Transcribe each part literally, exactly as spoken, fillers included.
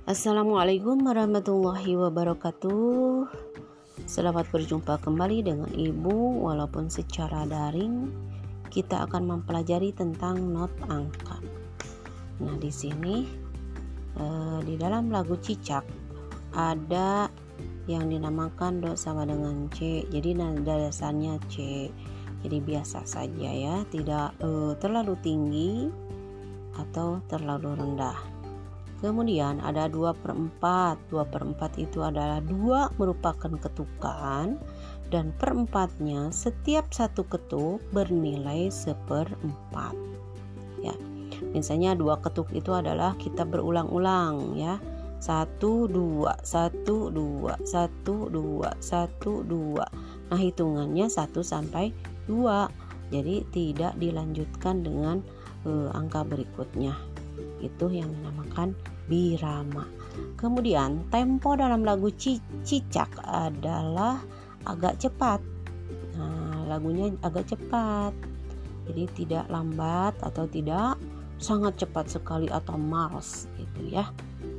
Assalamualaikum warahmatullahi wabarakatuh. Selamat berjumpa kembali dengan Ibu. Walaupun secara daring, kita akan mempelajari tentang not angka. Nah, di sini eh, di dalam lagu Cicak ada yang dinamakan do sama dengan C. Jadi nada dasarnya C. Jadi biasa saja ya, tidak eh, terlalu tinggi atau terlalu rendah. Kemudian ada dua per empat. dua per empat itu adalah dua merupakan ketukan, dan perempatnya setiap satu ketuk bernilai seperempat. Ya, misalnya dua ketuk itu adalah kita berulang-ulang ya. Satu, dua, satu, dua, satu, dua, satu, dua. Nah, hitungannya satu sampai dua. Jadi tidak dilanjutkan dengan uh, angka berikutnya. Itu yang dinamakan birama. Kemudian tempo dalam lagu Cicak adalah agak cepat. Nah, lagunya agak cepat. Jadi tidak lambat atau tidak sangat cepat sekali atau mars gitu ya.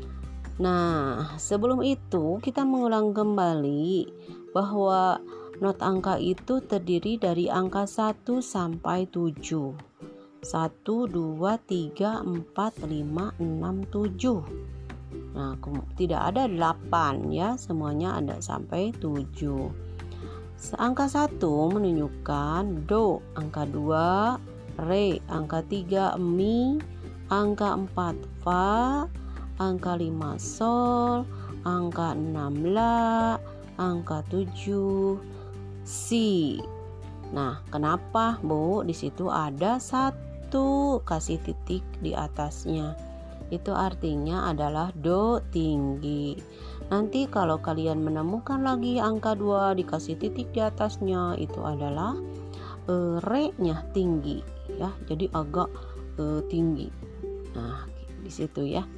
Nah, sebelum itu kita mengulang kembali bahwa not angka itu terdiri dari angka satu sampai tujuh. satu, dua, tiga, empat, lima, enam, tujuh. Nah, tidak ada delapan ya, semuanya ada sampai tujuh. Angka satu menunjukkan do, angka dua re, angka tiga mi, angka empat fa, angka lima sol, angka enam la, angka tujuh si. Nah, kenapa Bu? Di situ ada satu kasih titik di atasnya. Itu artinya adalah do tinggi. Nanti kalau kalian menemukan lagi angka dua dikasih titik di atasnya, itu adalah e, re-nya tinggi ya. Jadi agak e, tinggi. Nah, di situ ya.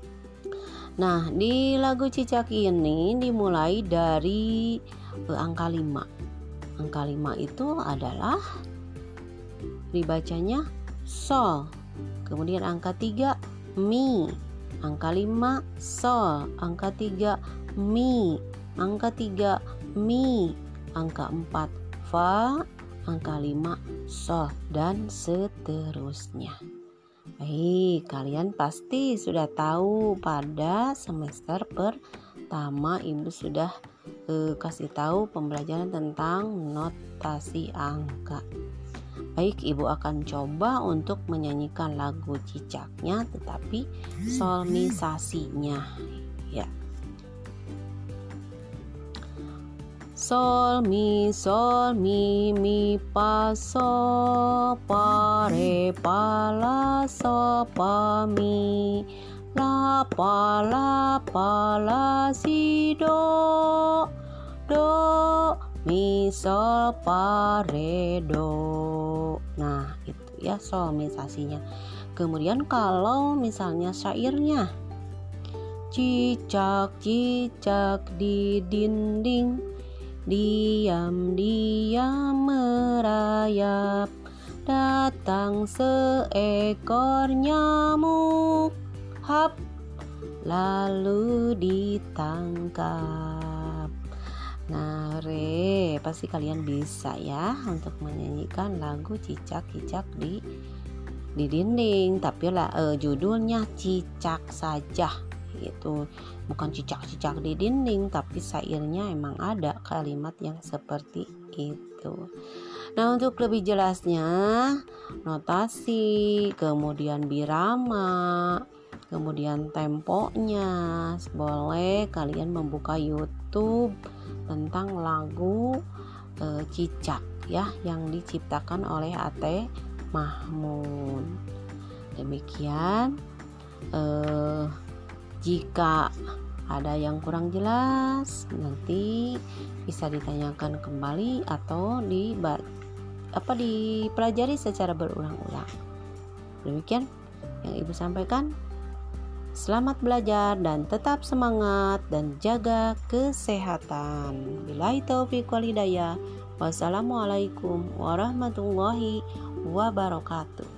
Nah, di lagu Cicak ini dimulai dari e, angka lima. Angka lima itu adalah dibacanya sol. Kemudian angka tiga mi. Angka lima sol. Angka tiga mi. Angka tiga mi. Angka empat fa. Angka lima sol, dan seterusnya. Baik, kalian pasti sudah tahu pada semester pertama Ibu sudah eh, kasih tahu pembelajaran tentang notasi angka. Baik, Ibu akan coba untuk menyanyikan lagu Cicaknya, tetapi solmisasinya ya. Sol mi sol mi mi pa so pa re pa la so pa mi la pa la pa la si do do mi sol pa re do. Nah, itu ya solmisasinya. Kemudian kalau misalnya syairnya, cicak cicak di dinding, diam diam merayap, datang seekor nyamuk, hap, lalu ditangkap. Nah, re, pasti kalian bisa ya untuk menyanyikan lagu cicak-cicak di di dinding, tapi lah eh, judulnya Cicak saja gitu. Bukan cicak-cicak di dinding, tapi syairnya emang ada kalimat yang seperti itu. Nah, untuk lebih jelasnya notasi, kemudian birama, kemudian temponya, boleh kalian membuka YouTube tentang lagu e, Cicak ya, yang diciptakan oleh A T Mahmud. Demikian, e, jika ada yang kurang jelas nanti bisa ditanyakan kembali atau di apa dipelajari secara berulang-ulang. Demikian yang Ibu sampaikan. Selamat belajar dan tetap semangat dan jaga kesehatan. Billahi taufiq wal hidayah. Wassalamualaikum warahmatullahi wabarakatuh.